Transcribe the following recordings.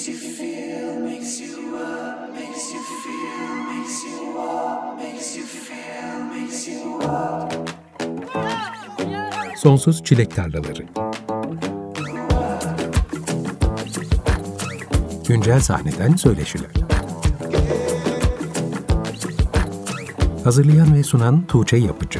makes you feel, makes you up, makes you feel, makes you walk, makes you feel, makes you walk. Sonsuz Çilek Tarlaları. Güncel sahneden söyleşiler. Hazırlayan ve sunan Tuğçe Yapıcı.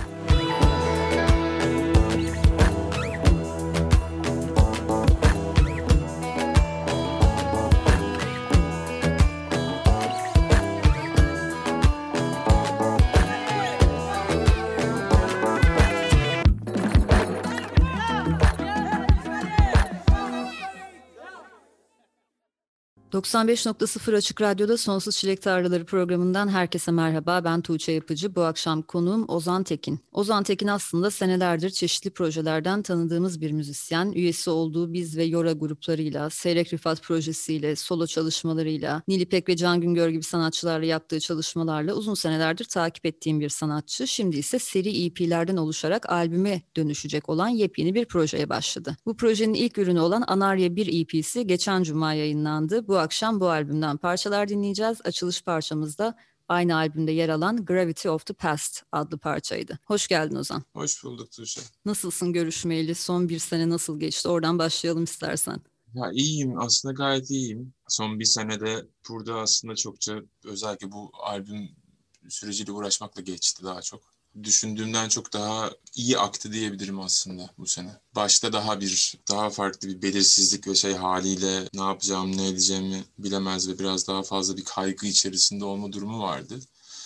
...95.0 Açık Radyo'da Sonsuz Çilek Tarlaları programından herkese merhaba. Ben Tuğçe Yapıcı. Bu akşam konuğum Ozan Tekin. Ozan Tekin aslında senelerdir çeşitli projelerden tanıdığımız bir müzisyen. Üyesi olduğu Biz ve Yora gruplarıyla, Seyrek Rifat projesiyle, solo çalışmalarıyla, Nilipek ve Can Güngör gibi sanatçılarla yaptığı çalışmalarla uzun senelerdir takip ettiğim bir sanatçı. Şimdi ise seri EP'lerden oluşarak albüme dönüşecek olan yepyeni bir projeye başladı. Bu projenin ilk ürünü olan Anarya 1 EP'si geçen cuma yayınlandı. Bu akşam bu albümden parçalar dinleyeceğiz. Açılış parçamızda aynı albümde yer alan Gravity of the Past adlı parçaydı. Hoş geldin Ozan. Hoş bulduk Tuğçe. Nasılsın görüşmeyeli? Son bir sene nasıl geçti? Oradan başlayalım istersen. Ya iyiyim, aslında gayet iyiyim. Son bir senede burada aslında çokça özellikle bu albüm süreciyle uğraşmakla geçti daha çok. Düşündüğümden çok daha iyi aktı diyebilirim aslında bu sene. Başta daha farklı bir belirsizlik ve haliyle ne yapacağım, ne edeceğimi bilemez ve biraz daha fazla bir kaygı içerisinde olma durumu vardı.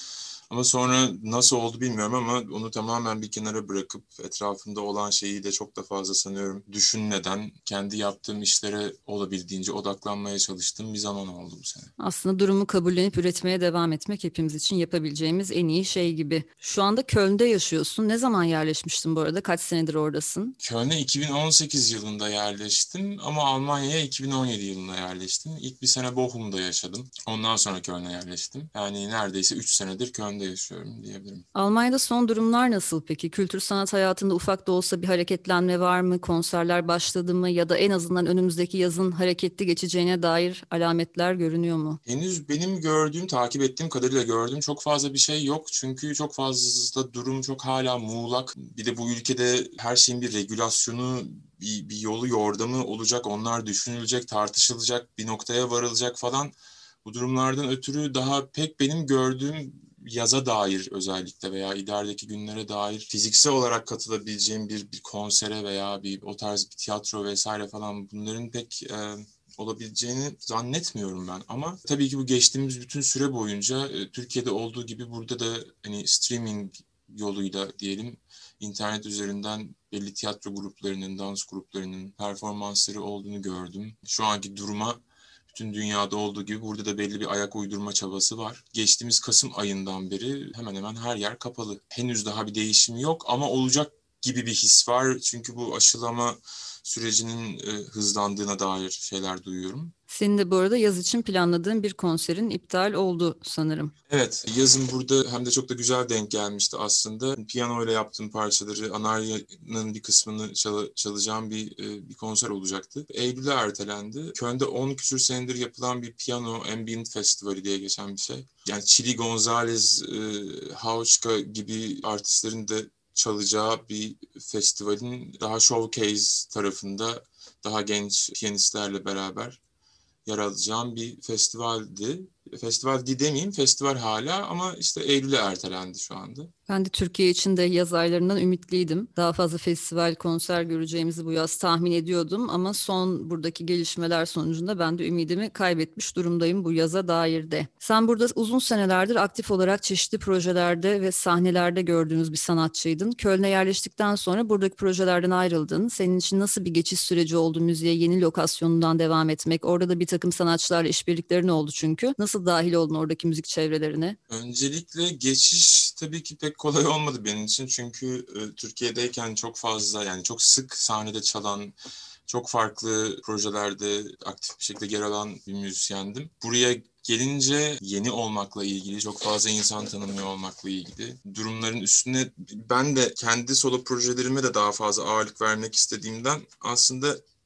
Ama sonra nasıl oldu bilmiyorum ama onu tamamen bir kenara bırakıp etrafımda olan şeyi de çok da fazla sanıyorum düşünmeden kendi yaptığım işlere olabildiğince odaklanmaya çalıştığım bir zaman oldu bu sene. Aslında durumu kabullenip üretmeye devam etmek hepimiz için yapabileceğimiz en iyi şey gibi. Şu anda Köln'de yaşıyorsun. Ne zaman yerleşmiştin bu arada? Kaç senedir oradasın? Köln'e 2018 yılında yerleştim ama Almanya'ya 2017 yılında yerleştim. İlk bir sene Bochum'da yaşadım. Ondan sonra Köln'e yerleştim. Yani neredeyse 3 senedir Köln'de yaşıyorum diyebilirim. Almanya'da son durumlar nasıl peki? Kültür sanat hayatında ufak da olsa bir hareketlenme var mı? Konserler başladı mı? Ya da en azından önümüzdeki yazın hareketli geçeceğine dair alametler görünüyor mu? Henüz benim takip ettiğim kadarıyla gördüğüm çok fazla bir şey yok. Çünkü çok fazla durum çok hala muğlak. Bir de bu ülkede her şeyin bir regülasyonu, bir yolu yordamı olacak. Onlar düşünülecek, tartışılacak, bir noktaya varılacak falan. Bu durumlardan ötürü daha pek benim gördüğüm yaza dair özellikle veya ilerideki günlere dair fiziksel olarak katılabileceğim bir konsere veya o tarz bir tiyatro vesaire falan bunların pek olabileceğini zannetmiyorum ben. Ama tabii ki bu geçtiğimiz bütün süre boyunca Türkiye'de olduğu gibi burada da hani streaming yoluyla diyelim internet üzerinden belli tiyatro gruplarının, dans gruplarının performansları olduğunu gördüm. Şu anki duruma bütün dünyada olduğu gibi burada da belli bir ayak uydurma çabası var. Geçtiğimiz Kasım ayından beri hemen hemen her yer kapalı. Henüz daha bir değişim yok ama olacak gibi bir his var. Çünkü bu aşılama sürecinin hızlandığına dair şeyler duyuyorum. Senin de bu arada yaz için planladığın bir konserin iptal oldu sanırım. Evet, yazın burada hem de çok da güzel denk gelmişti aslında. Piyano ile yaptığım parçaları, Anarya'nın bir kısmını çalacağım bir konser olacaktı. Eylül'e ertelendi. Köln'de 10 küsur senedir yapılan bir piyano ambient festivali diye geçen bir şey. Yani Chili Gonzalez, Hauschka gibi artistlerin de çalacağı bir festivalin daha showcase tarafında daha genç piyanistlerle beraber yer alacağım bir festivaldi. Festival demeyeyim, festival hala ama işte Eylül'e ertelendi şu anda. Ben de Türkiye için de yaz aylarından ümitliydim. Daha fazla festival, konser göreceğimizi bu yaz tahmin ediyordum ama son buradaki gelişmeler sonucunda ben de ümidimi kaybetmiş durumdayım bu yaza dair de. Sen burada uzun senelerdir aktif olarak çeşitli projelerde ve sahnelerde gördüğümüz bir sanatçıydın. Köln'e yerleştikten sonra buradaki projelerden ayrıldın. Senin için nasıl bir geçiş süreci oldu müziğe yeni lokasyonundan devam etmek? Orada da bir takım sanatçılarla işbirliklerin oldu çünkü. Nasıl dahil oldun oradaki müzik çevrelerine? Öncelikle geçiş tabii ki pek kolay olmadı benim için. Çünkü Türkiye'deyken çok fazla yani çok sık sahnede çalan, çok farklı projelerde aktif bir şekilde yer alan bir müzisyendim. Buraya gelince yeni olmakla ilgili, çok fazla insan tanımıyor olmakla ilgili durumların üstüne ben de kendi solo projelerime de daha fazla ağırlık vermek istediğimden aslında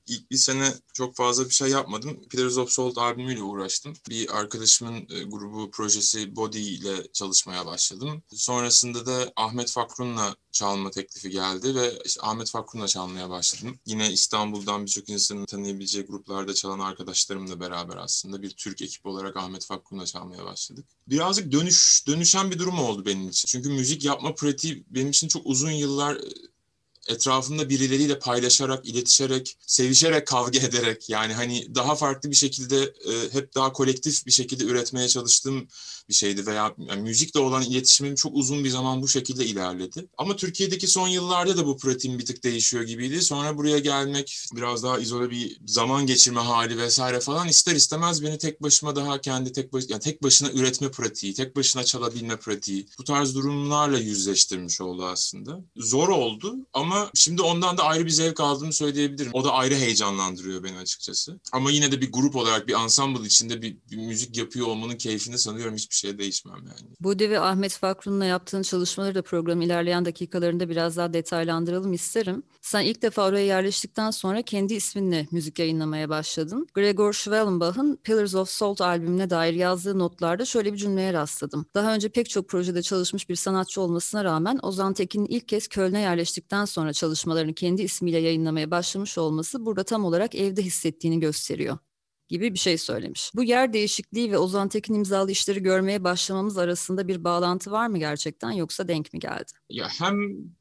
İlk bir sene çok fazla bir şey yapmadım. Pillars of Salt albümüyle uğraştım. Bir arkadaşımın grubu projesi Body ile çalışmaya başladım. Sonrasında da Ahmet Fakrun'la çalma teklifi geldi ve işte Ahmet Fakrun'la çalmaya başladım. Yine İstanbul'dan birçok insanın tanıyabileceği gruplarda çalan arkadaşlarımla beraber aslında bir Türk ekip olarak Ahmet Fakrun'la çalmaya başladık. Birazcık dönüşen bir durum oldu benim için. Çünkü müzik yapma pratiği benim için çok uzun yıllar etrafında birileriyle paylaşarak, iletişerek, sevişerek, kavga ederek, yani hani daha farklı bir şekilde hep daha kolektif bir şekilde üretmeye çalıştığım bir şeydi veya yani müzikle olan iletişimim çok uzun bir zaman bu şekilde ilerledi. Ama Türkiye'deki son yıllarda da bu pratiğim bir tık değişiyor gibiydi. Sonra buraya gelmek, biraz daha izole bir zaman geçirme hali vesaire falan ister istemez beni tek başıma daha yani tek başına üretme pratiği, tek başına çalabilme pratiği, bu tarz durumlarla yüzleştirmiş oldu aslında. Zor oldu ama şimdi ondan da ayrı bir zevk aldığımı söyleyebilirim. O da ayrı heyecanlandırıyor beni açıkçası. Ama yine de bir grup olarak, bir ensemble içinde bir müzik yapıyor olmanın keyfini sanıyorum hiçbir şeye değişmem yani. Budi ve Ahmet Fakrun'la yaptığın çalışmaları da programın ilerleyen dakikalarında biraz daha detaylandıralım isterim. Sen ilk defa oraya yerleştikten sonra kendi isminle müzik yayınlamaya başladın. Gregor Schwellenbach'ın Pillars of Salt albümüne dair yazdığı notlarda şöyle bir cümleye rastladım. Daha önce pek çok projede çalışmış bir sanatçı olmasına rağmen Ozan Tekin'in ilk kez Köln'e yerleştikten sonra çalışmalarını kendi ismiyle yayınlamaya başlamış olması burada tam olarak evde hissettiğini gösteriyor gibi bir şey söylemiş. Bu yer değişikliği ve Ozan Tekin imzalı işleri görmeye başlamamız arasında bir bağlantı var mı gerçekten, yoksa denk mi geldi? Ya hem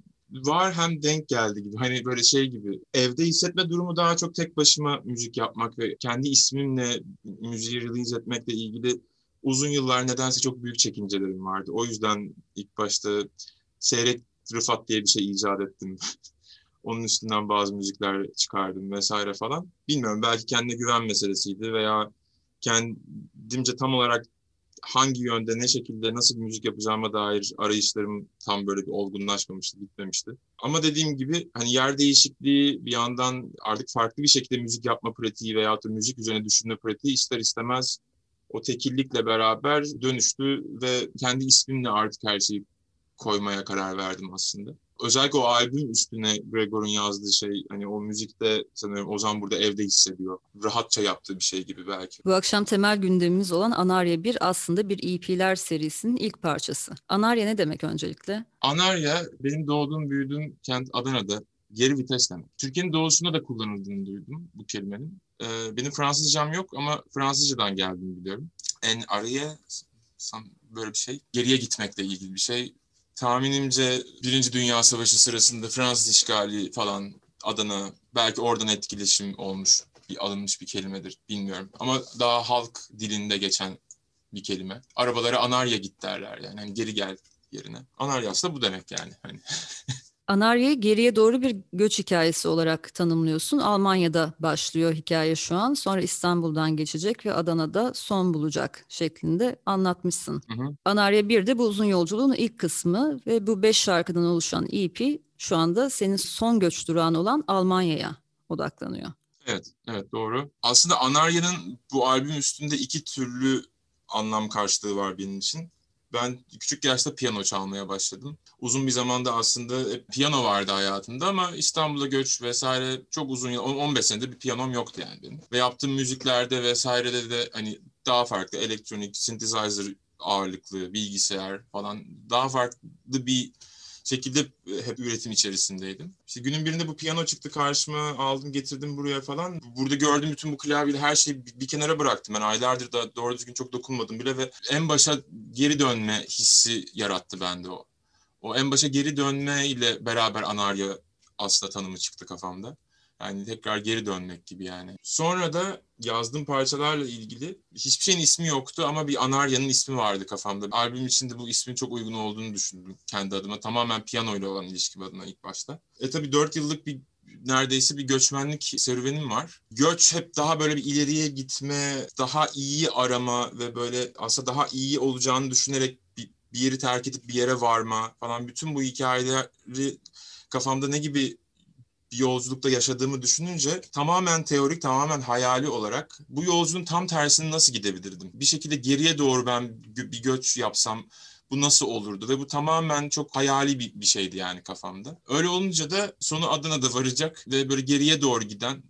var hem denk geldi gibi. Hani böyle şey gibi. Evde hissetme durumu daha çok tek başıma müzik yapmak ve kendi ismimle müziği release etmekle ilgili uzun yıllar nedense çok büyük çekincelerim vardı. O yüzden ilk başta Seyrek Rıfat diye bir şey icat ettim. Onun üstünden bazı müzikler çıkardım vesaire falan. Bilmiyorum, belki kendine güven meselesiydi veya kendimce tam olarak hangi yönde, ne şekilde, nasıl bir müzik yapacağıma dair arayışlarım tam böyle bir olgunlaşmamıştı, bitmemişti. Ama dediğim gibi hani yer değişikliği, bir yandan artık farklı bir şekilde müzik yapma pratiği veyahut da müzik üzerine düşünme pratiği ister istemez o tekillikle beraber dönüştü ve kendi ismimle artık her şeyi koymaya karar verdim aslında. Özellikle o albüm üstüne Gregor'un yazdığı şey, hani o müzikte sanıyorum Ozan burada evde hissediyor. Rahatça yaptığı bir şey gibi belki. Bu akşam temel gündemimiz olan Anarya 1 aslında bir EP'ler serisinin ilk parçası. Anarya ne demek öncelikle? Anarya, benim doğduğum, büyüdüğüm kent Adana'da. Geri vites demek. Türkiye'nin doğusunda da kullanıldığını duydum bu kelimenin. Benim Fransızcam yok ama Fransızcadan geldiğini biliyorum. En araya böyle bir şey. Geriye gitmekle ilgili bir şey. Tahminimce Birinci Dünya Savaşı sırasında Fransız işgali falan, Adana, belki oradan etkileşim olmuş, alınmış bir kelimedir, bilmiyorum. Ama daha halk dilinde geçen bir kelime. Arabalara Anarya git derler yani. Hani geri gel yerine. Anaryası da bu demek yani. Hani. Anarya'yı geriye doğru bir göç hikayesi olarak tanımlıyorsun. Almanya'da başlıyor hikaye şu an. Sonra İstanbul'dan geçecek ve Adana'da son bulacak şeklinde anlatmışsın. Hı hı. Anarya 1 de bu uzun yolculuğun ilk kısmı ve bu 5 şarkıdan oluşan EP şu anda senin son göç durağın olan Almanya'ya odaklanıyor. Evet, evet doğru. Aslında Anarya'nın bu albüm üstünde iki türlü anlam karşılığı var benim için. Ben küçük yaşta piyano çalmaya başladım. Uzun bir zamanda aslında piyano vardı hayatımda ama İstanbul'a göç vesaire çok uzun yıl, 15 senedir bir piyanom yoktu yani benim. Ve yaptığım müziklerde vesairede de hani daha farklı elektronik, synthesizer ağırlıklı, bilgisayar falan daha farklı bir şekilde hep üretim içerisindeydim. İşte günün birinde bu piyano çıktı karşıma, aldım getirdim buraya falan. Burada gördüğüm bütün bu klavyeyle her şeyi bir kenara bıraktım. Ben aylardır da doğru düzgün çok dokunmadım bile ve en başa geri dönme hissi yarattı bende o. O en başa geri dönme ile beraber Anarya aslında tanımı çıktı kafamda. Yani tekrar geri dönmek gibi yani. Sonra da yazdığım parçalarla ilgili hiçbir şeyin ismi yoktu ama bir Anarya'nın ismi vardı kafamda. Albüm içinde bu ismin çok uygun olduğunu düşündüm kendi adıma. Tamamen piyanoyla olan ilişkim adına ilk başta. Tabii 4 yıllık neredeyse bir göçmenlik serüvenim var. Göç hep daha böyle bir ileriye gitme, daha iyi arama ve böyle aslında daha iyi olacağını düşünerek bir yeri terk edip bir yere varma falan. Bütün bu hikayeleri kafamda ne gibi bir yolculukta yaşadığımı düşününce tamamen teorik, tamamen hayali olarak bu yolculuğun tam tersini nasıl gidebilirdim? Bir şekilde geriye doğru ben bir göç yapsam bu nasıl olurdu? Ve bu tamamen çok hayali bir şeydi yani kafamda. Öyle olunca da sonu Adana'da varacak ve böyle geriye doğru giden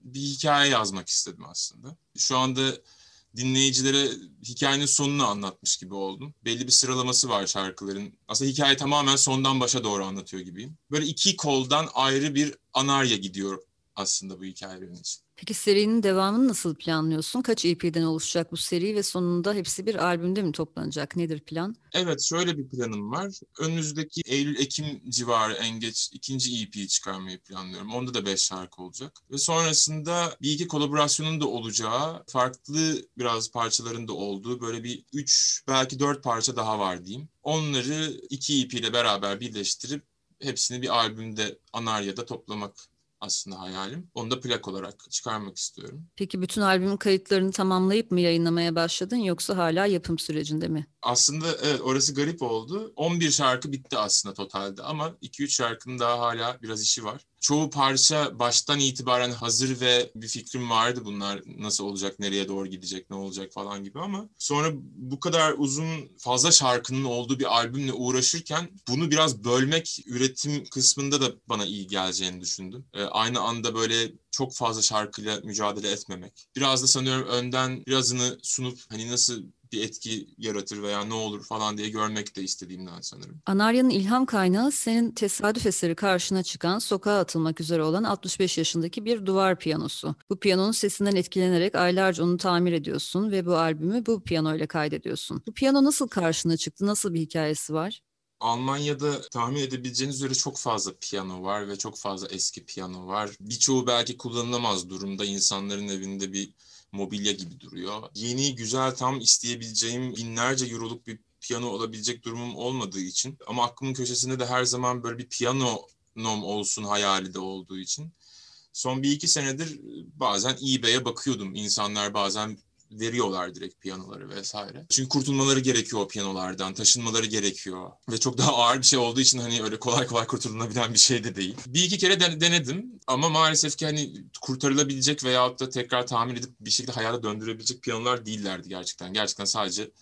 bir hikaye yazmak istedim aslında. Şu anda dinleyicilere hikayenin sonunu anlatmış gibi oldum. Belli bir sıralaması var şarkıların. Aslında hikaye tamamen sondan başa doğru anlatıyor gibiyim. Böyle iki koldan ayrı bir anarya gidiyor aslında bu hikaye benim için. Peki serinin devamını nasıl planlıyorsun? Kaç EP'den oluşacak bu seri ve sonunda hepsi bir albümde mi toplanacak? Nedir plan? Evet, şöyle bir planım var. Önümüzdeki Eylül-Ekim civarı en geç ikinci EP'yi çıkarmayı planlıyorum. Onda da 5 şarkı olacak. Ve sonrasında bir iki kolaborasyonun da olacağı, farklı biraz parçaların da olduğu böyle bir 3 belki 4 parça daha var diyeyim. Onları 2 EP ile beraber birleştirip hepsini bir albümde, Anarya'da toplamak aslında hayalim. Onu da plak olarak çıkarmak istiyorum. Peki bütün albümün kayıtlarını tamamlayıp mı yayınlamaya başladın yoksa hala yapım sürecinde mi? Aslında evet, orası garip oldu. 11 şarkı bitti aslında totalde ama 2-3 şarkının daha hala biraz işi var. Çoğu parça baştan itibaren hazır ve bir fikrim vardı, bunlar nasıl olacak, nereye doğru gidecek, ne olacak falan gibi, ama sonra bu kadar uzun fazla şarkının olduğu bir albümle uğraşırken bunu biraz bölmek üretim kısmında da bana iyi geleceğini düşündüm. Aynı anda böyle çok fazla şarkıyla mücadele etmemek. Biraz da sanıyorum önden birazını sunup hani nasıl bir etki yaratır veya ne olur falan diye görmek de istediğimden sanırım. Anarya'nın ilham kaynağı senin tesadüf eseri karşına çıkan, sokağa atılmak üzere olan 65 yaşındaki bir duvar piyanosu. Bu piyanonun sesinden etkilenerek aylarca onu tamir ediyorsun ve bu albümü bu piyanoyla kaydediyorsun. Bu piyano nasıl karşına çıktı? Nasıl bir hikayesi var? Almanya'da tahmin edebileceğiniz üzere çok fazla piyano var ve çok fazla eski piyano var. Birçoğu belki kullanılamaz durumda, insanların evinde bir mobilya gibi duruyor. Yeni, güzel, tam isteyebileceğim binlerce euroluk bir piyano olabilecek durumum olmadığı için, ama aklımın köşesinde de her zaman böyle bir piyanom olsun hayali de olduğu için son bir iki senedir bazen eBay'e bakıyordum. İnsanlar bazen veriyorlar direkt piyanoları vesaire. Çünkü kurtulmaları gerekiyor o piyanolardan, taşınmaları gerekiyor. Ve çok daha ağır bir şey olduğu için hani öyle kolay kolay kurtulunabilen bir şey de değil. Bir iki kere denedim ama maalesef ki hani kurtarılabilecek veyahut da tekrar tamir edip bir şekilde hayata döndürebilecek piyanolar değillerdi gerçekten. Gerçekten sadece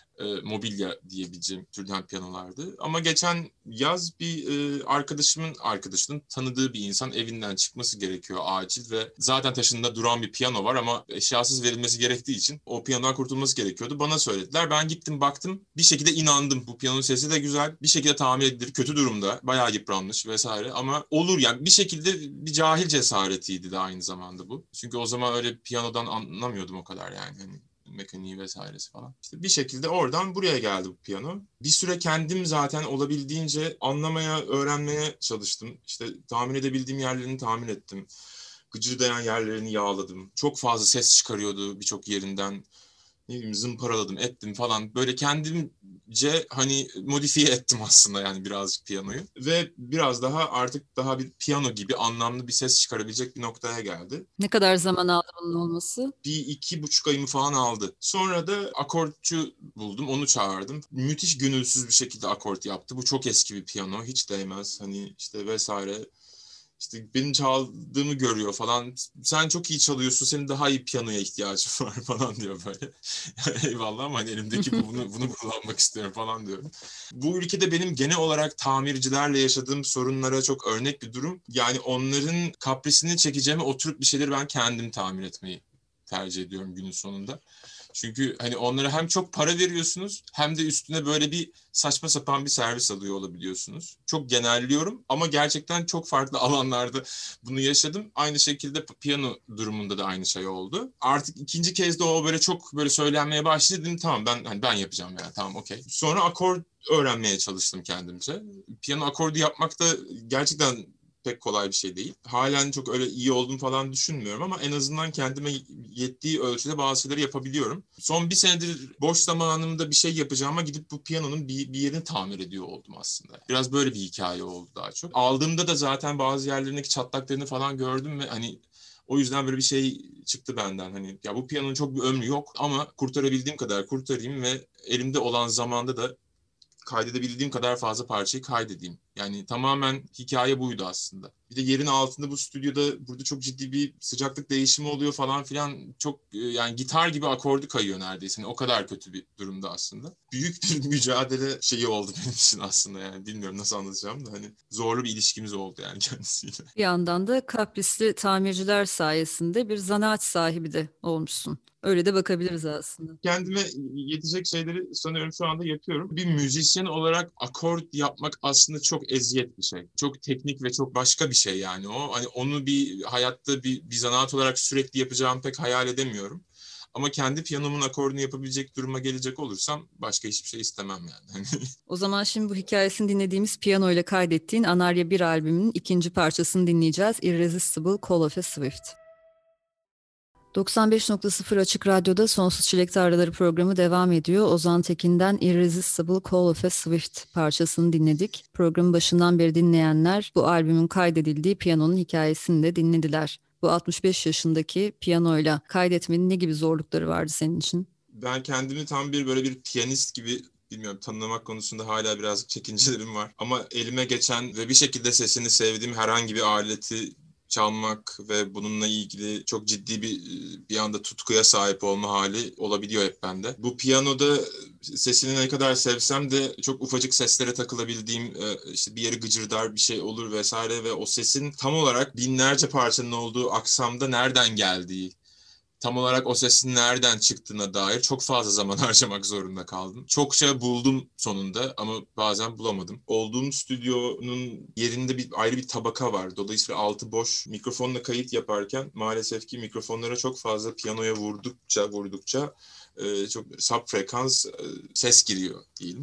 mobilya diyebileceğim türden piyanolardı. Ama geçen yaz bir arkadaşının tanıdığı bir insan evinden çıkması gerekiyor acil ve zaten taşında duran bir piyano var ama eşyasız verilmesi gerektiği için o piyanodan kurtulması gerekiyordu. Bana söylediler. Ben gittim baktım. Bir şekilde inandım. Bu piyanonun sesi de güzel. Bir şekilde tamir edilir. Kötü durumda. Bayağı yıpranmış vesaire ama olur yani, bir şekilde bir cahil cesaretiydi de aynı zamanda bu. Çünkü o zaman öyle piyanodan anlamıyordum o kadar yani. Hani mekaniği vesairesi falan. İşte bir şekilde oradan buraya geldi bu piyano. Bir süre kendim zaten olabildiğince anlamaya, öğrenmeye çalıştım. İşte tahmin edebildiğim yerlerini tahmin ettim. Gıcırdayan yerlerini yağladım. Çok fazla ses çıkarıyordu birçok yerinden. Ne bileyim, zımparaladım, ettim falan. Böyle kendimce hani modifiye ettim aslında yani birazcık piyanoyu. Ve biraz daha artık daha bir piyano gibi anlamlı bir ses çıkarabilecek bir noktaya geldi. Ne kadar zaman aldı bunun olması? Bir 2,5 ayımı falan aldı. Sonra da akortçu buldum, onu çağırdım. Müthiş gönülsüz bir şekilde akort yaptı. Bu çok eski bir piyano, hiç değmez hani işte vesaire. İşte benim çaldığımı görüyor falan. Sen çok iyi çalıyorsun, senin daha iyi piyanoya ihtiyacın var falan diyor böyle. Eyvallah ama hani elimdeki bunu kullanmak istiyorum falan diyorum. Bu ülkede benim genel olarak tamircilerle yaşadığım sorunlara çok örnek bir durum. Yani onların kaprisini çekeceğime oturup bir şeyleri ben kendim tamir etmeyi tercih ediyorum günün sonunda. Çünkü hani onlara hem çok para veriyorsunuz hem de üstüne böyle bir saçma sapan bir servis alıyor olabiliyorsunuz. Çok genelliyorum ama gerçekten çok farklı alanlarda bunu yaşadım. Aynı şekilde piyano durumunda da aynı şey oldu. Artık ikinci kez de o böyle çok böyle söylenmeye başladı. Dedim tamam, ben yapacağım yani, tamam okey. Sonra akor öğrenmeye çalıştım kendimce. Piyano akordu yapmak da gerçekten pek kolay bir şey değil. Halen çok öyle iyi olduğumu falan düşünmüyorum ama en azından kendime yettiği ölçüde bazı şeyleri yapabiliyorum. Son bir senedir boş zamanımda bir şey yapacağıma gidip bu piyanonun bir yerini tamir ediyor oldum aslında. Biraz böyle bir hikaye oldu daha çok. Aldığımda da zaten bazı yerlerindeki çatlaklarını falan gördüm ve hani o yüzden böyle bir şey çıktı benden. Hani ya bu piyanonun çok bir ömrü yok ama kurtarabildiğim kadar kurtarayım ve elimde olan zamanda da kaydedebildiğim kadar fazla parçayı kaydedeyim Yani tamamen hikaye buydu aslında. Bir de yerin altında bu stüdyoda burada çok ciddi bir sıcaklık değişimi oluyor falan filan. Çok yani gitar gibi akordu kayıyor neredeyse. Yani o kadar kötü bir durumda aslında. Büyük bir mücadele şeyi oldu benim için aslında yani. Bilmiyorum nasıl anlatacağım da hani zorlu bir ilişkimiz oldu yani kendisiyle. Bir yandan da kaprisli tamirciler sayesinde bir zanaat sahibi de olmuşsun. Öyle de bakabiliriz aslında. Kendime yetecek şeyleri sanıyorum şu anda yapıyorum. Bir müzisyen olarak akor yapmak aslında çok eziyet bir şey. Çok teknik ve çok başka bir şey yani o. Hani onu bir hayatta bir zanaat olarak sürekli yapacağımı pek hayal edemiyorum. Ama kendi piyanomun akorunu yapabilecek duruma gelecek olursam başka hiçbir şey istemem yani. O zaman şimdi bu hikayesini dinlediğimiz piyano ile kaydettiğin Anarya 1 albümünün ikinci parçasını dinleyeceğiz. Irresistible Call of a Swift. 95.0 Açık Radyo'da Sonsuz Çilek Tarlaları programı devam ediyor. Ozan Tekin'den Irresistible Call of a Swift parçasını dinledik. Programın başından beri dinleyenler bu albümün kaydedildiği piyanonun hikayesini de dinlediler. Bu 65 yaşındaki piyanoyla kaydetmenin ne gibi zorlukları vardı senin için? Ben kendimi tam bir böyle bir piyanist gibi bilmiyorum tanımlamak konusunda hala birazcık çekincelerim var. Ama elime geçen ve bir şekilde sesini sevdiğim herhangi bir aleti çalmak ve bununla ilgili çok ciddi bir anda tutkuya sahip olma hali olabiliyor hep bende. Bu piyanoda sesini ne kadar sevsem de çok ufacık seslere takılabildiğim işte bir yeri gıcırdar bir şey olur vesaire ve o sesin tam olarak binlerce parçanın olduğu aksamda nereden geldiği, tam olarak o sesin nereden çıktığına dair çok fazla zaman harcamak zorunda kaldım. Çokça buldum sonunda ama bazen bulamadım. Olduğum stüdyonun yerinde ayrı bir tabaka var. Dolayısıyla altı boş. Mikrofonla kayıt yaparken maalesef ki mikrofonlara çok fazla piyanoya vurdukça çok sub frekans ses giriyor diyelim.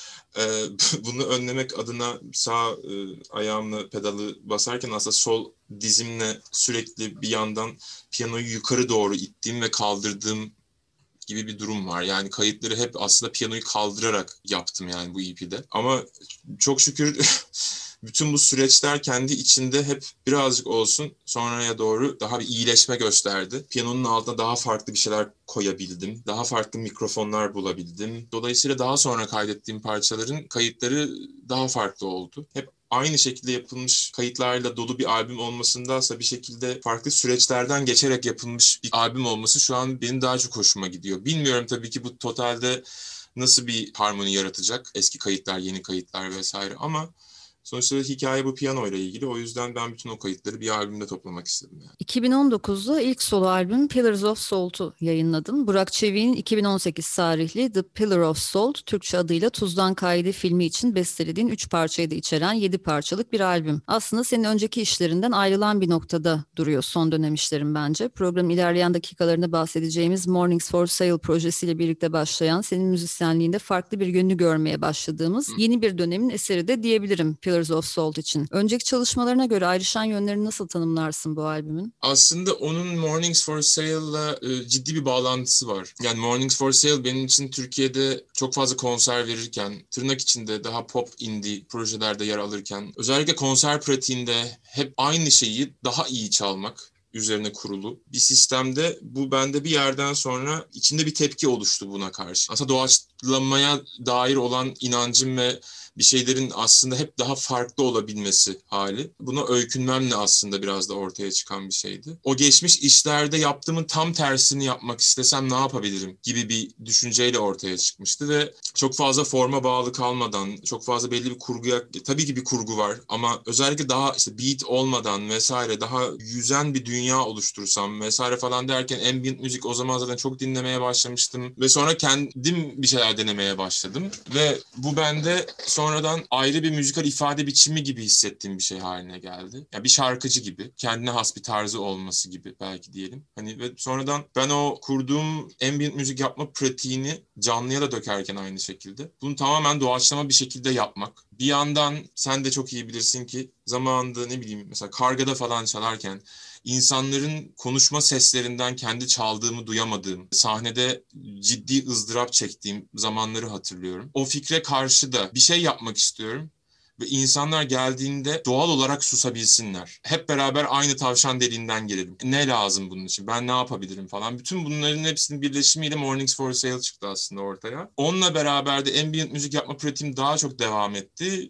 Bunu önlemek adına sağ ayağımla pedalı basarken aslında sol dizimle sürekli bir yandan piyanoyu yukarı doğru ittiğim ve kaldırdığım gibi bir durum var. Yani kayıtları hep aslında piyanoyu kaldırarak yaptım yani bu EP'de. Ama çok şükür bütün bu süreçler kendi içinde hep birazcık olsun sonraya doğru daha bir iyileşme gösterdi. Piyanonun altına daha farklı bir şeyler koyabildim. Daha farklı mikrofonlar bulabildim. Dolayısıyla daha sonra kaydettiğim parçaların kayıtları daha farklı oldu. Hep aynı şekilde yapılmış kayıtlarla dolu bir albüm olmasındansa bir şekilde farklı süreçlerden geçerek yapılmış bir albüm olması şu an benim daha çok hoşuma gidiyor. Bilmiyorum tabii ki bu totalde nasıl bir harmoni yaratacak. Eski kayıtlar, yeni kayıtlar vesaire ama sonuçta hikaye bu piyano ile ilgili. O yüzden ben bütün o kayıtları bir albümde toplamak istedim. Yani. 2019'da ilk solo albüm Pillars of Salt'u yayınladın. Burak Çevik'in 2018 tarihli The Pillar of Salt, Türkçe adıyla Tuzdan Kaide filmi için bestelediğin 3 parçayı da içeren 7 parçalık bir albüm. Aslında senin önceki işlerinden ayrılan bir noktada duruyor son dönem işlerin bence. Programın ilerleyen dakikalarında bahsedeceğimiz Mornings for Sale projesiyle birlikte başlayan senin müzisyenliğinde farklı bir yönünü görmeye başladığımız yeni bir dönemin eseri de diyebilirim Pillars of Salt için. Önceki çalışmalarına göre ayrışan yönlerini nasıl tanımlarsın bu albümün? Aslında onun Mornings for Sale'la ciddi bir bağlantısı var. Yani Mornings for Sale benim için Türkiye'de çok fazla konser verirken, tırnak içinde daha pop indie projelerde yer alırken, özellikle konser pratiğinde hep aynı şeyi daha iyi çalmak üzerine kurulu bir sistemde bu bende bir yerden sonra içinde bir tepki oluştu buna karşı. Aslında doğaçlamaya dair olan inancım ve bir şeylerin aslında hep daha farklı olabilmesi hali. Buna öykünmemle aslında biraz da ortaya çıkan bir şeydi. O geçmiş işlerde yaptığımın tam tersini yapmak istesem ne yapabilirim gibi bir düşünceyle ortaya çıkmıştı ve çok fazla forma bağlı kalmadan, çok fazla belli bir kurguya, tabii ki bir kurgu var ama özellikle daha işte beat olmadan vesaire daha yüzen bir dünya oluşturursam vesaire falan derken ambient müzik o zaman zaten çok dinlemeye başlamıştım ve sonra kendim bir şeyler denemeye başladım ve bu bende sonradan ayrı bir müzikal ifade biçimi gibi hissettiğim bir şey haline geldi. Yani bir şarkıcı gibi, kendine has bir tarzı olması gibi belki diyelim. Hani ve sonradan ben o kurduğum ambient müzik yapma pratiğini canlıya da dökerken aynı şekilde bunu tamamen doğaçlama bir şekilde yapmak. Bir yandan sen de çok iyi bilirsin ki zamanında ne bileyim mesela kargada falan çalarken insanların konuşma seslerinden kendi çaldığımı duyamadığım, sahnede ciddi ızdırap çektiğim zamanları hatırlıyorum. O fikre karşı da bir şey yapmak istiyorum ve insanlar geldiğinde doğal olarak susabilsinler. Hep beraber aynı tavşan deliğinden gelelim. Ne lazım bunun için? Ben ne yapabilirim falan. Bütün bunların hepsinin birleşimiyle Mornings for Sale çıktı aslında ortaya. Onunla beraber de ambient müzik yapma pratiğim daha çok devam etti.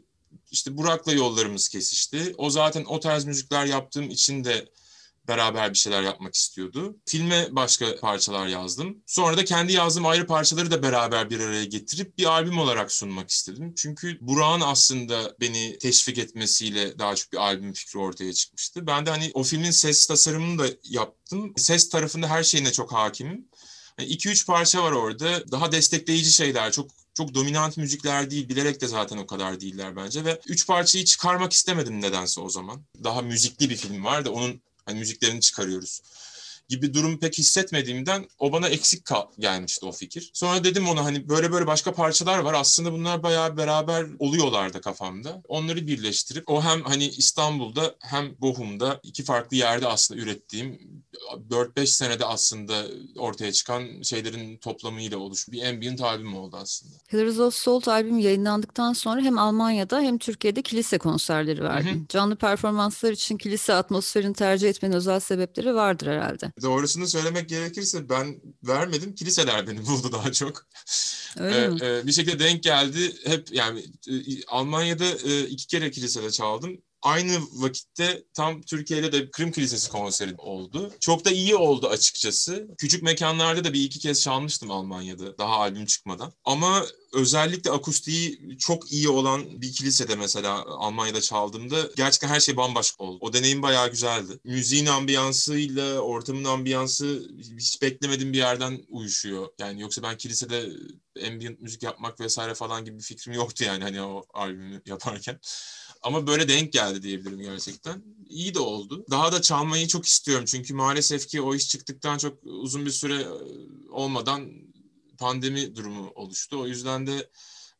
İşte Burak'la yollarımız kesişti. O zaten o tarz müzikler yaptığım için de beraber bir şeyler yapmak istiyordu. Filme başka parçalar yazdım. Sonra da kendi yazdığım ayrı parçaları da beraber bir araya getirip bir albüm olarak sunmak istedim. Çünkü Burak'ın aslında beni teşvik etmesiyle daha çok bir albüm fikri ortaya çıkmıştı. Ben de hani o filmin ses tasarımını da yaptım. Ses tarafında her şeyine çok hakimim. 2-3 parça var orada. Daha destekleyici şeyler, çok dominant müzikler değil. Bilerek de zaten o kadar değiller bence. Ve 3 parçayı çıkarmak istemedim nedense o zaman. Daha müzikli bir film var da onun hani müziklerini çıkarıyoruz gibi durum pek hissetmediğimden o bana eksik gelmişti o fikir. Sonra dedim ona hani böyle başka parçalar var. Aslında bunlar bayağı beraber oluyorlar da kafamda. Onları birleştirip o hem hani İstanbul'da hem Bochum'da 2 farklı yerde aslında ürettiğim 4-5 senede aslında ortaya çıkan şeylerin toplamıyla oluşmuş bir ambient albüm oldu aslında. Pillars of Salt albüm yayınlandıktan sonra hem Almanya'da hem Türkiye'de kilise konserleri verdin. Canlı performanslar için kilise atmosferini tercih etmenin özel sebepleri vardır herhalde. Doğrusunu söylemek gerekirse ben vermedim. Kiliseler beni buldu daha çok. Öyle mi? Bir şekilde denk geldi. Hep yani Almanya'da 2 kere kilisede çaldım. Aynı vakitte tam Türkiye'de de Kırım Kilisesi konseri oldu. Çok da iyi oldu açıkçası. Küçük mekanlarda da 1-2 kez çalmıştım Almanya'da daha albüm çıkmadan. Ama özellikle akustiği çok iyi olan bir kilisede mesela Almanya'da çaldığımda gerçekten her şey bambaşka oldu. O deneyim bayağı güzeldi. Müziğin ambiyansıyla ortamın ambiyansı hiç beklemediğim bir yerden uyuşuyor. Yani yoksa ben kilisede ambient müzik yapmak vesaire falan gibi bir fikrim yoktu yani hani o albümü yaparken. Ama böyle denk geldi diyebilirim gerçekten. İyi de oldu. Daha da çalmayı çok istiyorum. Çünkü maalesef ki o iş çıktıktan çok uzun bir süre olmadan pandemi durumu oluştu. O yüzden de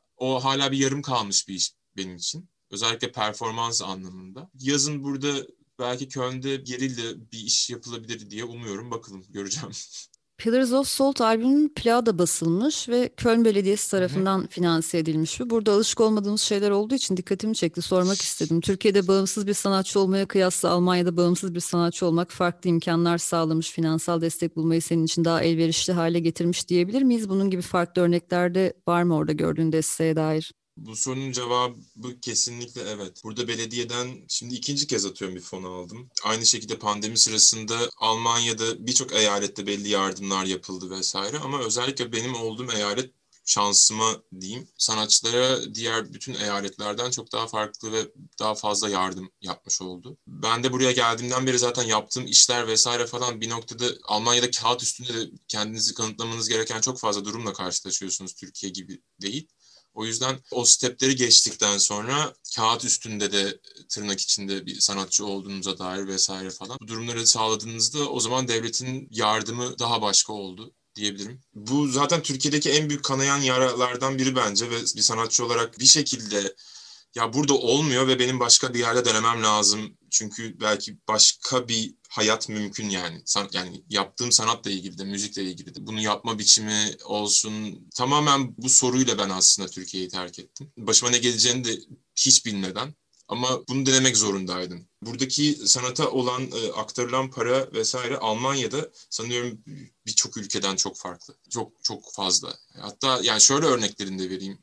o hala bir yarım kalmış bir iş benim için. Özellikle performans anlamında. Yazın burada belki Köln'de Gerille bir iş yapılabilir diye umuyorum. Bakalım, göreceğim. Pillars of Salt albümünün plağı da basılmış ve Köln Belediyesi tarafından finanse edilmiş. Burada alışık olmadığımız şeyler olduğu için dikkatimi çekti, sormak istedim. Türkiye'de bağımsız bir sanatçı olmaya kıyasla Almanya'da bağımsız bir sanatçı olmak farklı imkanlar sağlamış, finansal destek bulmayı senin için daha elverişli hale getirmiş diyebilir miyiz? Bunun gibi farklı örnekler de var mı orada gördüğün desteğe dair? Bu sorunun cevabı kesinlikle evet. Burada belediyeden şimdi 2. kez atıyorum bir fon aldım. Aynı şekilde pandemi sırasında Almanya'da birçok eyalette belli yardımlar yapıldı vesaire. Ama özellikle benim olduğum eyalet şansıma diyeyim, sanatçılara diğer bütün eyaletlerden çok daha farklı ve daha fazla yardım yapmış oldu. Ben de buraya geldiğimden beri zaten yaptığım işler vesaire falan bir noktada Almanya'da kağıt üstünde de kendinizi kanıtlamanız gereken çok fazla durumla karşılaşıyorsunuz, Türkiye gibi değil. O yüzden o stepleri geçtikten sonra kağıt üstünde de tırnak içinde bir sanatçı olduğunuza dair vesaire falan bu durumları sağladığınızda o zaman devletin yardımı daha başka oldu diyebilirim. Bu zaten Türkiye'deki en büyük kanayan yaralardan biri bence ve bir sanatçı olarak bir şekilde ya burada olmuyor ve benim başka bir yerde denemem lazım. Çünkü belki başka bir hayat mümkün yani. Yani yaptığım sanatla ilgili de, müzikle ilgili de. Bunu yapma biçimi olsun. Tamamen bu soruyla ben aslında Türkiye'yi terk ettim. Başıma ne geleceğini de hiç bilmeden. Ama bunu denemek zorundaydım. Buradaki sanata olan aktarılan para vesaire Almanya'da sanıyorum birçok ülkeden çok farklı. Çok fazla. Hatta yani şöyle örneklerini de vereyim.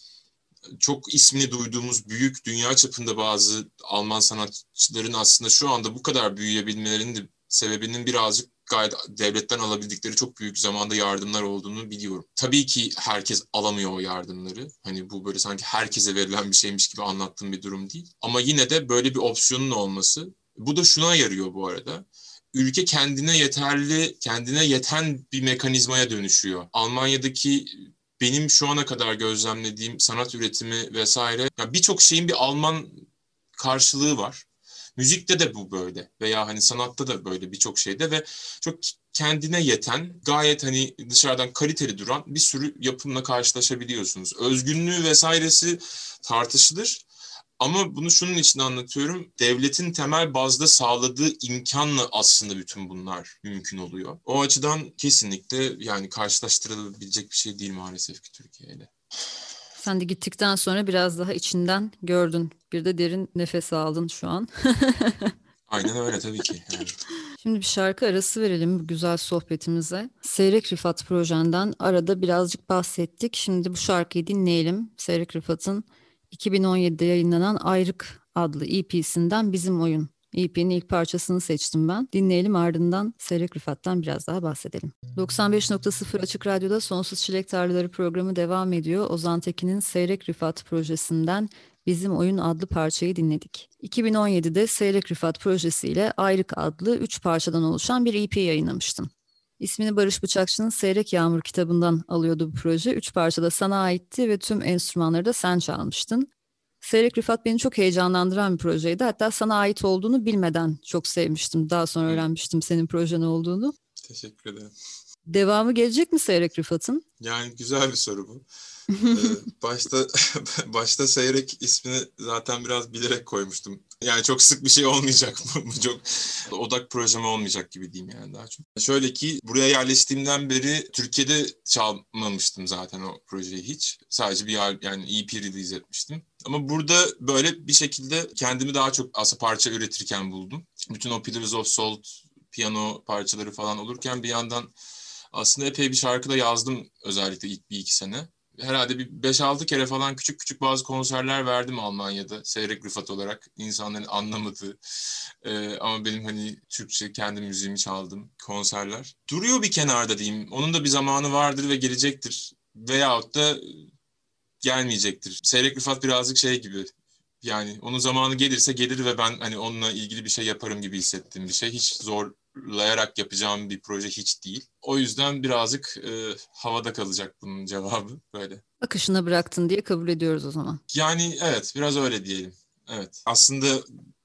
Çok ismini duyduğumuz büyük dünya çapında bazı Alman sanatçıların aslında şu anda bu kadar büyüyebilmelerinin de sebebinin birazcık gayet devletten alabildikleri çok büyük zamanda yardımlar olduğunu biliyorum. Tabii ki herkes alamıyor o yardımları. Hani bu böyle sanki herkese verilen bir şeymiş gibi anlattığım bir durum değil. Ama yine de böyle bir opsiyonun olması, bu da şuna yarıyor bu arada. Ülke kendine yeterli, kendine yeten bir mekanizmaya dönüşüyor. Almanya'daki benim şu ana kadar gözlemlediğim sanat üretimi vesaire, yani birçok şeyin bir Alman karşılığı var. Müzikte de bu böyle veya hani sanatta da böyle birçok şeyde ve çok kendine yeten, gayet hani dışarıdan kaliteli duran bir sürü yapımla karşılaşabiliyorsunuz. Özgünlüğü vesairesi tartışılır. Ama bunu şunun için anlatıyorum. Devletin temel bazda sağladığı imkanla aslında bütün bunlar mümkün oluyor. O açıdan kesinlikle yani karşılaştırılabilecek bir şey değil maalesef ki Türkiye'yle. Sen de gittikten sonra biraz daha içinden gördün. Bir de derin nefes aldın şu an. Aynen öyle tabii ki. Yani. Şimdi bir şarkı arası verelim bu güzel sohbetimize. Seyrek Rifat projenden arada birazcık bahsettik. Şimdi bu şarkıyı dinleyelim. Seyrek Rıfat'ın 2017'de yayınlanan Ayrık adlı EP'sinden Bizim Oyun. EP'nin ilk parçasını seçtim ben. Dinleyelim, ardından Seyrek Rıfat'tan biraz daha bahsedelim. 95.0 Açık Radyo'da Sonsuz Çilek Tarlaları programı devam ediyor. Ozan Tekin'in Seyrek Rıfat projesinden Bizim Oyun adlı parçayı dinledik. 2017'de Seyrek Rıfat projesiyle Ayrık adlı 3 parçadan oluşan bir EP yayınlamıştın. İsmini Barış Bıçakçı'nın Seyrek Yağmur kitabından alıyordu bu proje. 3 parça da sana aitti ve tüm enstrümanları da sen çalmıştın. Seyrek Rıfat beni çok heyecanlandıran bir projeydi. Hatta sana ait olduğunu bilmeden çok sevmiştim. Daha sonra öğrenmiştim senin projen olduğunu. Teşekkür ederim. Devamı gelecek mi Seyrek Rıfat'ın? Yani güzel bir soru bu. Başta Seyrek ismini zaten biraz bilerek koymuştum. Yani çok sık bir şey olmayacak bu. Çok odak projem olmayacak gibi diyeyim yani daha çok. Şöyle ki buraya yerleştiğimden beri Türkiye'de çalmamıştım zaten o projeyi hiç. Sadece yani EP release etmiştim. Ama burada böyle bir şekilde kendimi daha çok aslında parça üretirken buldum. Bütün o Pillars of Salt piyano parçaları falan olurken bir yandan aslında epey bir şarkı da yazdım özellikle ilk 1-2 sene. Herhalde bir 5-6 kere falan küçük küçük bazı konserler verdim Almanya'da. Seyrek Rıfat olarak insanların anlamadığı ama benim hani Türkçe kendi müziğimi çaldığım konserler. Duruyor bir kenarda diyeyim. Onun da bir zamanı vardır ve gelecektir. Veyahut da gelmeyecektir. Seyrek Rıfat birazcık şey gibi. Yani onun zamanı gelirse gelir ve ben hani onunla ilgili bir şey yaparım gibi hissettiğim bir şey. Hiç zorlayarak yapacağım bir proje hiç değil. O yüzden birazcık havada kalacak bunun cevabı böyle. Akışına bıraktın diye kabul ediyoruz o zaman. Yani evet, biraz öyle diyelim. Evet. Aslında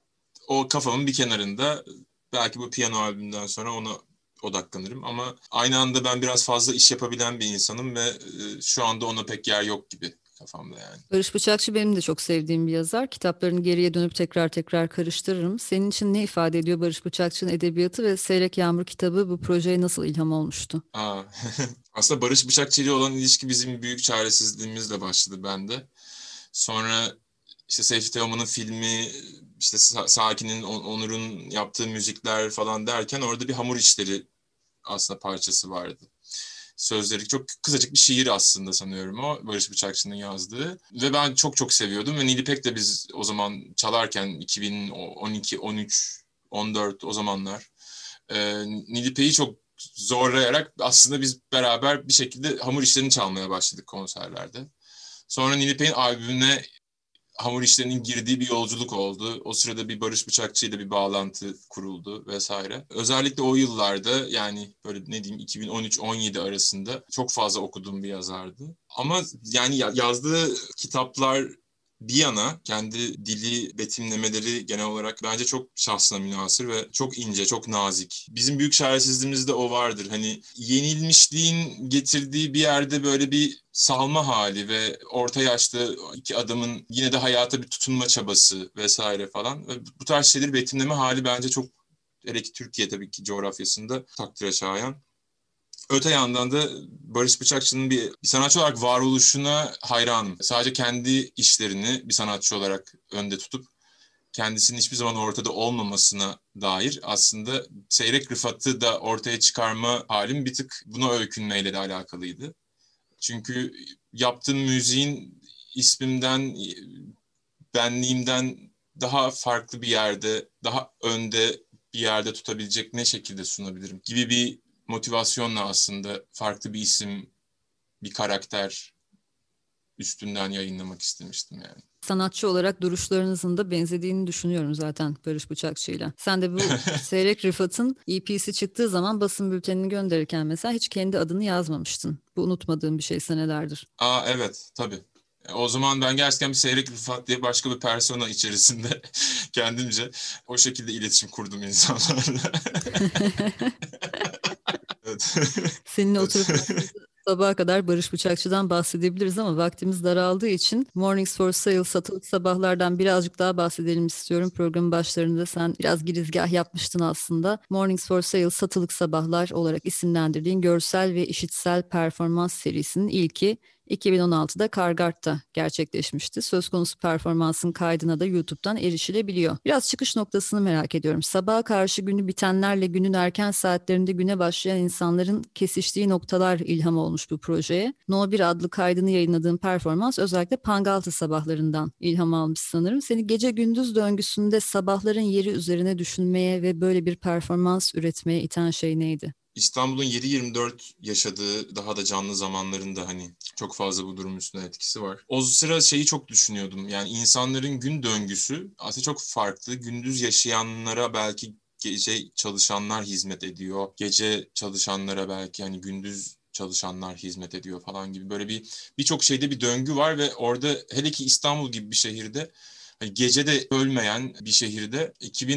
o kafamın bir kenarında belki bu piyano albümünden sonra ona odaklanırım ama aynı anda ben biraz fazla iş yapabilen bir insanım ve şu anda ona pek yer yok gibi kafamda yani. Barış Bıçakçı benim de çok sevdiğim bir yazar. Kitaplarını geriye dönüp tekrar karıştırırım. Senin için ne ifade ediyor Barış Bıçakçı'nın edebiyatı ve Seyrek Yağmur kitabı bu projeye nasıl ilham olmuştu? Aslında Barış Bıçakçı ile olan ilişki bizim büyük çaresizliğimizle başladı bende. Sonra işte Seyfi Teoman'ın filmi, işte Sakin'in, Onur'un yaptığı müzikler falan derken orada bir hamur işleri aslında parçası vardı. Sözleri çok kısacık bir şiir aslında sanıyorum o Barış Bıçakçı'nın yazdığı. Ve ben çok çok seviyordum ve Nilipek de biz o zaman çalarken 2012, 13, 14 o zamanlar Nilipek'i çok zorlayarak aslında biz beraber bir şekilde hamur işlerini çalmaya başladık konserlerde. Sonra Nilipek'in albümüne hamur işlerinin girdiği bir yolculuk oldu. O sırada bir Barış Bıçakçı ile bir bağlantı kuruldu vesaire. Özellikle o yıllarda yani böyle ne diyeyim 2013-17 arasında çok fazla okuduğum bir yazardı. Ama yani yazdığı kitaplar bir yana kendi dili, betimlemeleri genel olarak bence çok şahsına münhasır ve çok ince, çok nazik. Bizim büyük çaresizliğimizde o vardır. Hani yenilmişliğin getirdiği bir yerde böyle bir salma hali ve orta yaşta iki adamın yine de hayata bir tutunma çabası vesaire falan. Ve bu tarz şeyleri betimleme hali bence çok, hele ki Türkiye tabii ki coğrafyasında takdire şayan. Öte yandan da Barış Bıçakçı'nın bir sanatçı olarak varoluşuna hayranım. Sadece kendi işlerini bir sanatçı olarak önde tutup kendisinin hiçbir zaman ortada olmamasına dair aslında Seyrek Rıfat'ı da ortaya çıkarma halim bir tık buna öykünmeyle de alakalıydı. Çünkü yaptığım müziğin ismimden, benliğimden daha farklı bir yerde, daha önde bir yerde tutabilecek ne şekilde sunabilirim gibi bir motivasyonla aslında farklı bir isim, bir karakter üstünden yayınlamak istemiştim yani. Sanatçı olarak duruşlarınızın da benzediğini düşünüyorum zaten Barış Bıçakçı'yla. Sen de bu Seyrek Rıfat'ın EP'si çıktığı zaman basın bültenini gönderirken mesela hiç kendi adını yazmamıştın. Bu unutmadığım bir şey senelerdir. Evet tabii. O zaman ben gerçekten bir Seyrek Rıfat diye başka bir persona içerisinde kendimce o şekilde iletişim kurdum insanlarla. Evet. Seninle oturup sabaha kadar Barış Bıçakçı'dan bahsedebiliriz ama vaktimiz daraldığı için Mornings for Sale satılık sabahlardan birazcık daha bahsedelim istiyorum. Programın başlarında sen biraz girizgah yapmıştın aslında. Mornings for Sale satılık sabahlar olarak isimlendirdiğin görsel ve işitsel performans serisinin ilki 2016'da Kargart'ta gerçekleşmişti. Söz konusu performansın kaydına da YouTube'dan erişilebiliyor. Biraz çıkış noktasını merak ediyorum. Sabaha karşı günü bitenlerle günün erken saatlerinde güne başlayan insanların kesiştiği noktalar ilham olmuş bu projeye. No 1 adlı kaydını yayınladığım performans özellikle Pangaltı sabahlarından ilham almış sanırım. Seni gece gündüz döngüsünde sabahların yeri üzerine düşünmeye ve böyle bir performans üretmeye iten şey neydi? İstanbul'un 7/24 yaşadığı daha da canlı zamanlarında hani çok fazla bu durum üstüne etkisi var. O sıra şeyi çok düşünüyordum. Yani insanların gün döngüsü aslında çok farklı. Gündüz yaşayanlara belki gece çalışanlar hizmet ediyor. Gece çalışanlara belki hani gündüz çalışanlar hizmet ediyor falan gibi böyle birçok şeyde bir döngü var ve orada hele ki İstanbul gibi bir şehirde hani gece de ölmeyen bir şehirde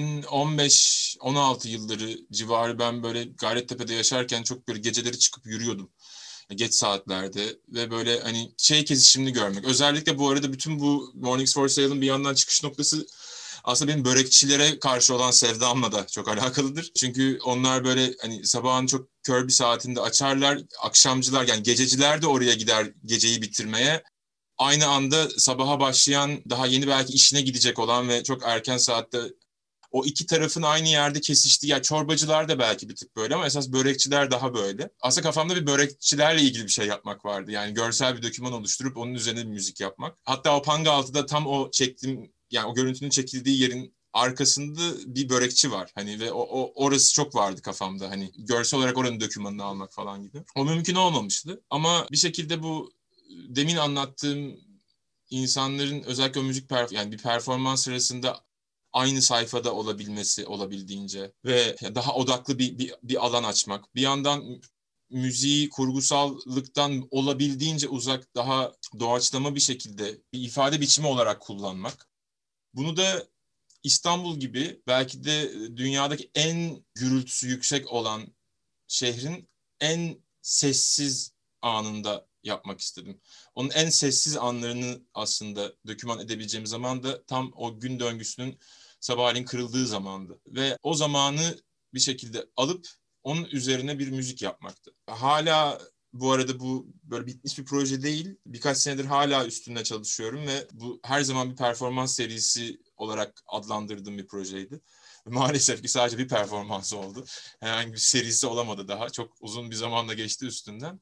2015-16 yılları civarı ben böyle Gayrettepe'de yaşarken çok böyle geceleri çıkıp yürüyordum. Geç saatlerde ve böyle hani şey kesişimini görmek. Özellikle bu arada bütün bu Mornings for Sale'ın bir yandan çıkış noktası aslında benim börekçilere karşı olan sevdamla da çok alakalıdır. Çünkü onlar böyle hani sabahın çok kör bir saatinde açarlar. Akşamcılar yani gececiler de oraya gider geceyi bitirmeye. Aynı anda sabaha başlayan, daha yeni belki işine gidecek olan ve çok erken saatte o iki tarafın aynı yerde kesiştiği, ya çorbacılar da belki bir tık böyle ama esas börekçiler daha böyle. Aslında kafamda bir börekçilerle ilgili bir şey yapmak vardı. Yani görsel bir doküman oluşturup onun üzerine bir müzik yapmak. Hatta o Pangaltı'da tam o çektiğim, yani o görüntünün çekildiği yerin arkasında bir börekçi var. Hani ve orası çok vardı kafamda. Hani görsel olarak oranın dokümanını almak falan gibi. O mümkün olmamıştı. Ama bir şekilde bu demin anlattığım insanların özellikle o yani bir performans sırasında aynı sayfada olabilmesi olabildiğince ve daha odaklı bir alan açmak. Bir yandan müziği kurgusallıktan olabildiğince uzak, daha doğaçlama bir şekilde bir ifade biçimi olarak kullanmak. Bunu da İstanbul gibi belki de dünyadaki en gürültüsü yüksek olan şehrin en sessiz anında yapmak istedim. Onun en sessiz anlarını aslında doküman edebileceğim zaman da tam o gün döngüsünün sabahleyin kırıldığı zamandı. Ve o zamanı bir şekilde alıp onun üzerine bir müzik yapmaktı. Hala bu arada bu böyle bitmiş bir proje değil. Birkaç senedir hala üstünde çalışıyorum ve bu her zaman bir performans serisi olarak adlandırdığım bir projeydi. Maalesef ki sadece bir performans oldu. Herhangi bir serisi olamadı daha. Çok uzun bir zamanla geçti üstünden.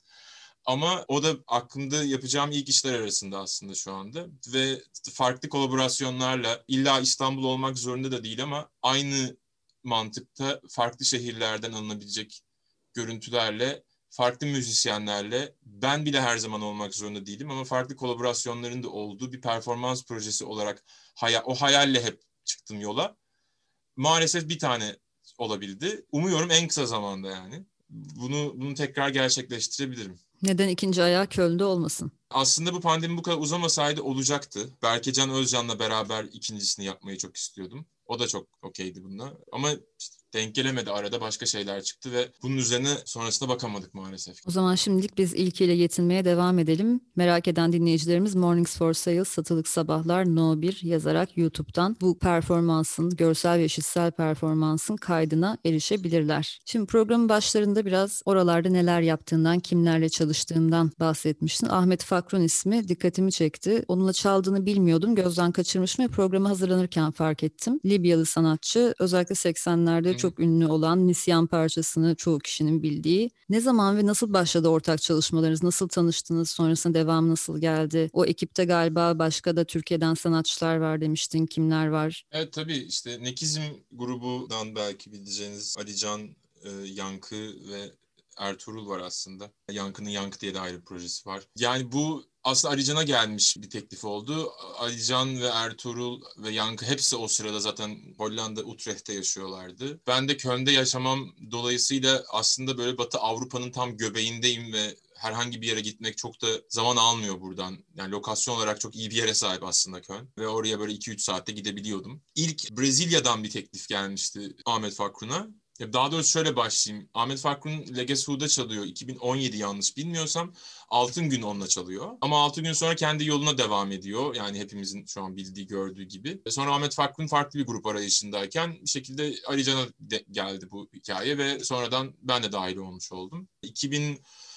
Ama o da aklımda yapacağım ilk işler arasında aslında şu anda. Ve farklı kolaborasyonlarla, illa İstanbul olmak zorunda da değil ama aynı mantıkta farklı şehirlerden alınabilecek görüntülerle, farklı müzisyenlerle, ben bile her zaman olmak zorunda değilim ama farklı kolaborasyonların da olduğu bir performans projesi olarak o hayalle hep çıktım yola. Maalesef bir tane olabildi. Umuyorum en kısa zamanda yani. Bunu tekrar gerçekleştirebilirim. Neden ikinci ayağı Köln'de olmasın? Aslında bu pandemi bu kadar uzamasaydı olacaktı. Berkecan Özcan'la beraber ikincisini yapmayı çok istiyordum. O da çok okeydi bununla. Ama işte denk gelemedi, arada başka şeyler çıktı ve bunun üzerine sonrasında bakamadık maalesef. O zaman şimdilik biz ilkiyle yetinmeye devam edelim. Merak eden dinleyicilerimiz Mornings for Sale Satılık Sabahlar No 1 yazarak YouTube'dan bu performansın, görsel ve işitsel performansın kaydına erişebilirler. Şimdi programın başlarında biraz oralarda neler yaptığından, kimlerle çalıştığından bahsetmiştin. Ahmet Fakrun ismi dikkatimi çekti. Onunla çaldığını bilmiyordum, gözden kaçırmışım ve programa hazırlanırken fark ettim. Libyalı sanatçı, özellikle 80'lerde çok ünlü olan Nisyan parçasını çoğu kişinin bildiği. Ne zaman ve nasıl başladı ortak çalışmalarınız? Nasıl tanıştınız? Sonrasında devam nasıl geldi? O ekipte galiba başka da Türkiye'den sanatçılar var demiştin. Kimler var? Evet, tabii işte Nekizm grubundan belki bileceğiniz Alican, Yankı ve Ertuğrul var aslında. Yankı'nın Yankı diye de ayrı bir projesi var. Yani bu aslında Alican'a gelmiş bir teklif oldu. Alican ve Ertuğrul ve Yankı hepsi o sırada zaten Hollanda Utrecht'te yaşıyorlardı. Ben de Köln'de yaşamam dolayısıyla aslında böyle Batı Avrupa'nın tam göbeğindeyim ve herhangi bir yere gitmek çok da zaman almıyor buradan. Yani lokasyon olarak çok iyi bir yere sahip aslında Köln. Ve oraya böyle 2-3 saatte gidebiliyordum. İlk Brezilya'dan bir teklif gelmişti Ahmet Fakrun'a. Daha doğrusu şöyle başlayayım. Ahmet Fakrun Legesu'da çalıyor. 2017 yanlış bilmiyorsam. Altın Gün onunla çalıyor. Ama Altın Gün sonra kendi yoluna devam ediyor. Yani hepimizin şu an bildiği, gördüğü gibi. Ve sonra Ahmet Fakrun farklı bir grup arayışındayken bir şekilde Ali Can'a geldi bu hikaye ve sonradan ben de dahil olmuş oldum. 2010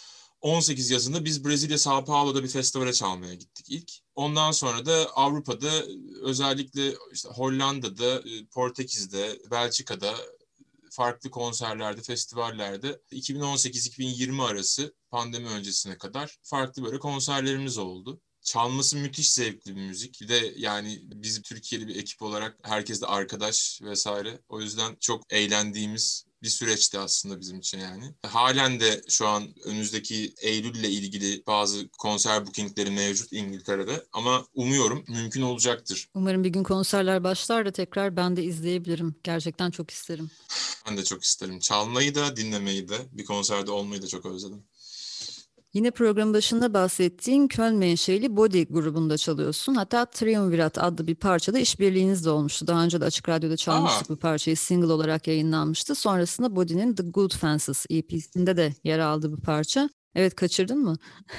18 yazında biz Brezilya São Paulo'da bir festivale çalmaya gittik ilk. Ondan sonra da Avrupa'da, özellikle işte Hollanda'da, Portekiz'de, Belçika'da farklı konserlerde, festivallerde 2018-2020 arası, pandemi öncesine kadar farklı böyle konserlerimiz oldu. Çalması müthiş zevkli bir müzik. Bir de yani biz Türkiye'li bir ekip olarak herkes de arkadaş vesaire. O yüzden çok eğlendiğimiz bir süreçti aslında bizim için yani. Halen de şu an önümüzdeki Eylül'le ilgili bazı konser bookingleri mevcut İngiltere'de. Ama umuyorum mümkün olacaktır. Umarım bir gün konserler başlar da tekrar ben de izleyebilirim. Gerçekten çok isterim. Ben de çok isterim. Çalmayı da dinlemeyi de, bir konserde olmayı da çok özledim. Yine programın başında bahsettiğin Köln menşeli Body grubunda çalıyorsun. Hatta Triumvirat adlı bir parçada işbirliğiniz de olmuştu. Daha önce de Açık Radyo'da çalmıştık bu parçayı. Single olarak yayınlanmıştı. Sonrasında Body'nin The Good Fences EP'sinde de yer aldı bu parça. Evet, kaçırdın mı?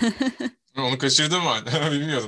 Onu kaçırdım ben. Bilmiyordum.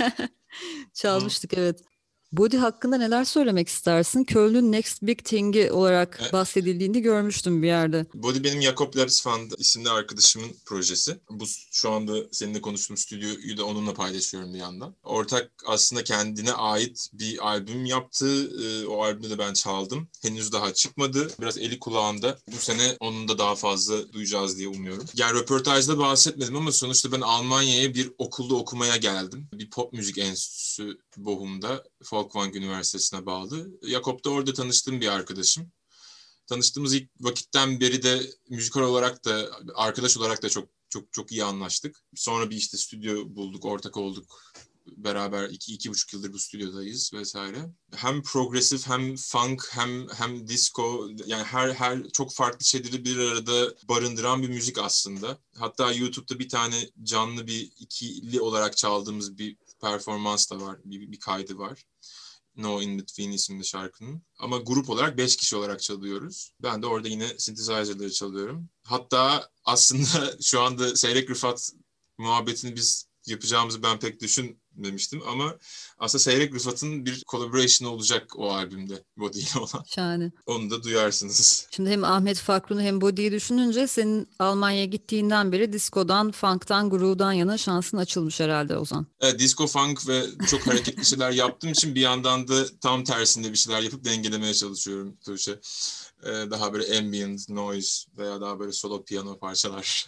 Çalmıştık, evet. Body hakkında neler söylemek istersin? Köln'ün Next Big Thing'i olarak bahsedildiğini görmüştüm bir yerde. Body benim Jakob Lapsfand isimli arkadaşımın projesi. Bu şu anda seninle konuştuğum stüdyoyu da onunla paylaşıyorum bir yandan. Ortak aslında kendine ait bir albüm yaptı. O albümde de ben çaldım. Henüz daha çıkmadı. Biraz eli kulağında. Bu sene onun da daha fazla duyacağız diye umuyorum. Yani röportajda bahsetmedim ama sonuçta ben Almanya'ya bir okulda okumaya geldim. Bir pop müzik enstitüsü Bochum'da. Folkwang Üniversitesi'ne bağlı. Jakob'da orada tanıştığım bir arkadaşım. Tanıştığımız ilk vakitten beri de müzikal olarak da, arkadaş olarak da çok iyi anlaştık. Sonra bir işte stüdyo bulduk, ortak olduk. Beraber 2,5 yıldır bu stüdyodayız vesaire. Hem progresif, hem funk, hem disco, yani her çok farklı şeyleri bir arada barındıran bir müzik aslında. Hatta YouTube'da bir tane canlı bir ikili olarak çaldığımız bir performans da var, bir kaydı var. No In Between isimli şarkının. Ama grup olarak 5 kişi olarak çalıyoruz. Ben de orada yine synthesizer'ları çalıyorum. Hatta aslında şu anda Seyrek Rıfat muhabbetini biz yapacağımızı ben pek düşünmemiştim. Ama aslında Seyrek Rıfat'ın bir collaboration olacak o albümde Body ile olan. Şahane. Onu da duyarsınız. Şimdi hem Ahmet Fakrun'u hem Body'yi düşününce senin Almanya'ya gittiğinden beri diskodan, funk'tan, groove'dan yana şansın açılmış herhalde Ozan. Evet, disco, funk ve çok hareketli şeyler yaptığım için bir yandan da tam tersinde bir şeyler yapıp dengelemeye çalışıyorum Tuğçe. Daha böyle ambient noise veya daha böyle solo piyano parçalar.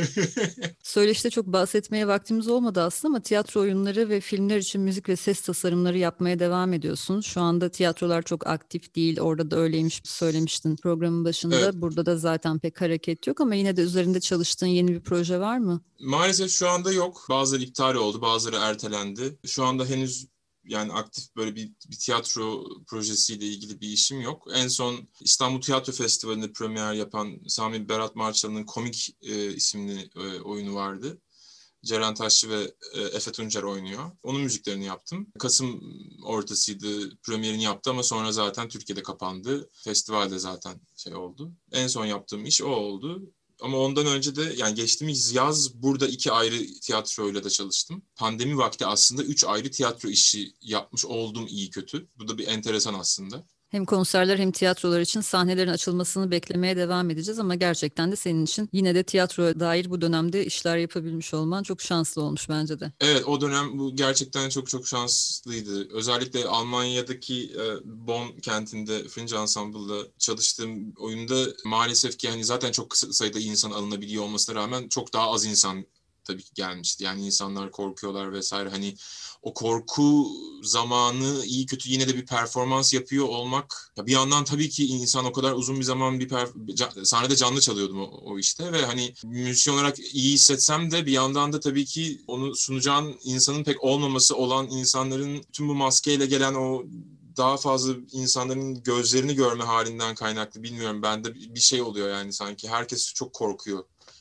Söyleşte çok bahsetmeye vaktimiz olmadı aslında ama tiyatro oyunları ve filmler için müzik ve ses tasarımları yapmaya devam ediyorsun. Şu anda tiyatrolar çok aktif değil. Orada da öyleymiş söylemiştin programın başında. Evet. Burada da zaten pek hareket yok ama yine de üzerinde çalıştığın yeni bir proje var mı? Maalesef şu anda yok. Bazıları iptal oldu, bazıları ertelendi. Şu anda henüz yani aktif böyle bir tiyatro projesiyle ilgili bir işim yok. En son İstanbul Tiyatro Festivali'nde premier yapan Sami Berat Marçalı'nın Komik isimli oyunu vardı. Ceren Taşçı ve Efe Tuncer oynuyor. Onun müziklerini yaptım. Kasım ortasıydı, premierini yaptı ama sonra zaten Türkiye'de kapandı. Festivalde zaten oldu. En son yaptığım iş o oldu. Ama ondan önce de yani geçtiğimiz yaz burada 2 ayrı tiyatroyla da çalıştım. Pandemi vakti aslında 3 ayrı tiyatro işi yapmış oldum iyi kötü. Bu da bir enteresan aslında. Hem konserler hem tiyatrolar için sahnelerin açılmasını beklemeye devam edeceğiz ama gerçekten de senin için yine de tiyatroya dair bu dönemde işler yapabilmiş olman çok şanslı olmuş bence de. Evet, o dönem bu gerçekten çok şanslıydı. Özellikle Almanya'daki Bonn kentinde Fringe Ensemble'da çalıştığım oyunda maalesef ki hani zaten çok kısa sayıda insan alınabiliyor olmasına rağmen çok daha az insan tabii ki gelmişti. Yani insanlar korkuyorlar vesaire. Hani o korku zamanı iyi kötü yine de bir performans yapıyor olmak. Ya bir yandan tabii ki insan o kadar uzun bir zaman sahnede canlı çalıyordum o işte ve hani müzisyen olarak iyi hissetsem de bir yandan da tabii ki onu sunacağın insanın pek olmaması olan insanların tüm bu maskeyle gelen o daha fazla insanların gözlerini görme halinden kaynaklı bilmiyorum. Bende bir şey oluyor yani sanki herkes çok korkuyor.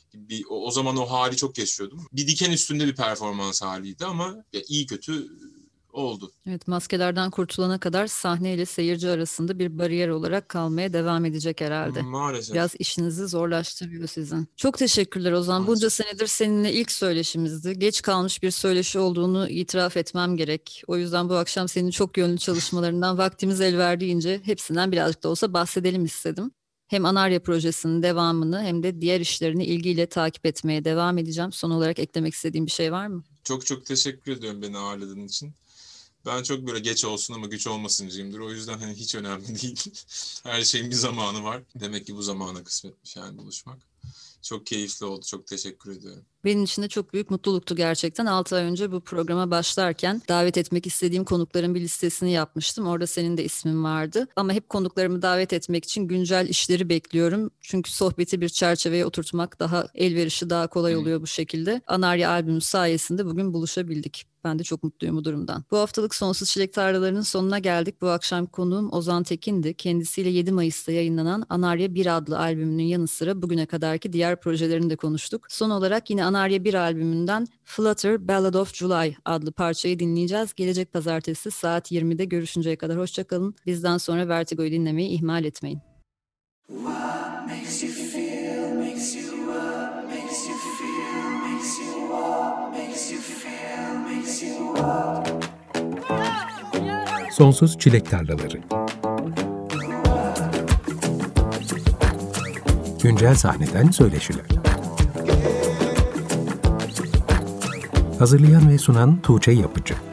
O zaman o hali çok yaşıyordum. Bir diken üstünde bir performans haliydi ama iyi kötü oldu. Evet, maskelerden kurtulana kadar sahneyle seyirci arasında bir bariyer olarak kalmaya devam edecek herhalde. Maalesef. Biraz işinizi zorlaştırıyor sizin. Çok teşekkürler Ozan. Maalesef. Bunca senedir seninle ilk söyleşimizdi. Geç kalmış bir söyleşi olduğunu itiraf etmem gerek. O yüzden bu akşam senin çok yönlü çalışmalarından vaktimiz el verdiğince hepsinden birazcık da olsa bahsedelim istedim. Hem Anarya projesinin devamını hem de diğer işlerini ilgiyle takip etmeye devam edeceğim. Son olarak eklemek istediğim bir şey var mı? Çok çok teşekkür ediyorum beni ağırladığın için. Ben çok böyle geç olsun ama güç olmasıncıyımdır. O yüzden hani hiç önemli değil. Her şeyin bir zamanı var. Demek ki bu zamana kısmetmiş yani buluşmak. Çok keyifli oldu. Çok teşekkür ediyorum. Benim için de çok büyük mutluluktu gerçekten. 6 ay önce bu programa başlarken davet etmek istediğim konukların bir listesini yapmıştım. Orada senin de ismin vardı. Ama hep konuklarımı davet etmek için güncel işleri bekliyorum. Çünkü sohbeti bir çerçeveye oturtmak daha elverişli, daha kolay oluyor bu şekilde. Anarya albümü sayesinde bugün buluşabildik. Ben de çok mutluyum bu durumdan. Bu haftalık Sonsuz Çilek Tarlaları'nın sonuna geldik. Bu akşam konuğum Ozan Tekin'di. Kendisiyle 7 Mayıs'ta yayınlanan Anarya 1 adlı albümünün yanı sıra bugüne kadarki diğer projelerini de konuştuk. Son olarak yine Anarya 1 albümünden Flutter Ballad of July adlı parçayı dinleyeceğiz. Gelecek pazartesi saat 20'de görüşünceye kadar hoşçakalın. Bizden sonra Vertigo'yu dinlemeyi ihmal etmeyin. What makes you feel, makes you up, makes you feel, makes you walk, makes you feel, makes you walk. Sonsuz Çilek Tarlaları. Güncel sahneden söyleşiler. Hazırlayan ve sunan Tuğçe Yapıcı.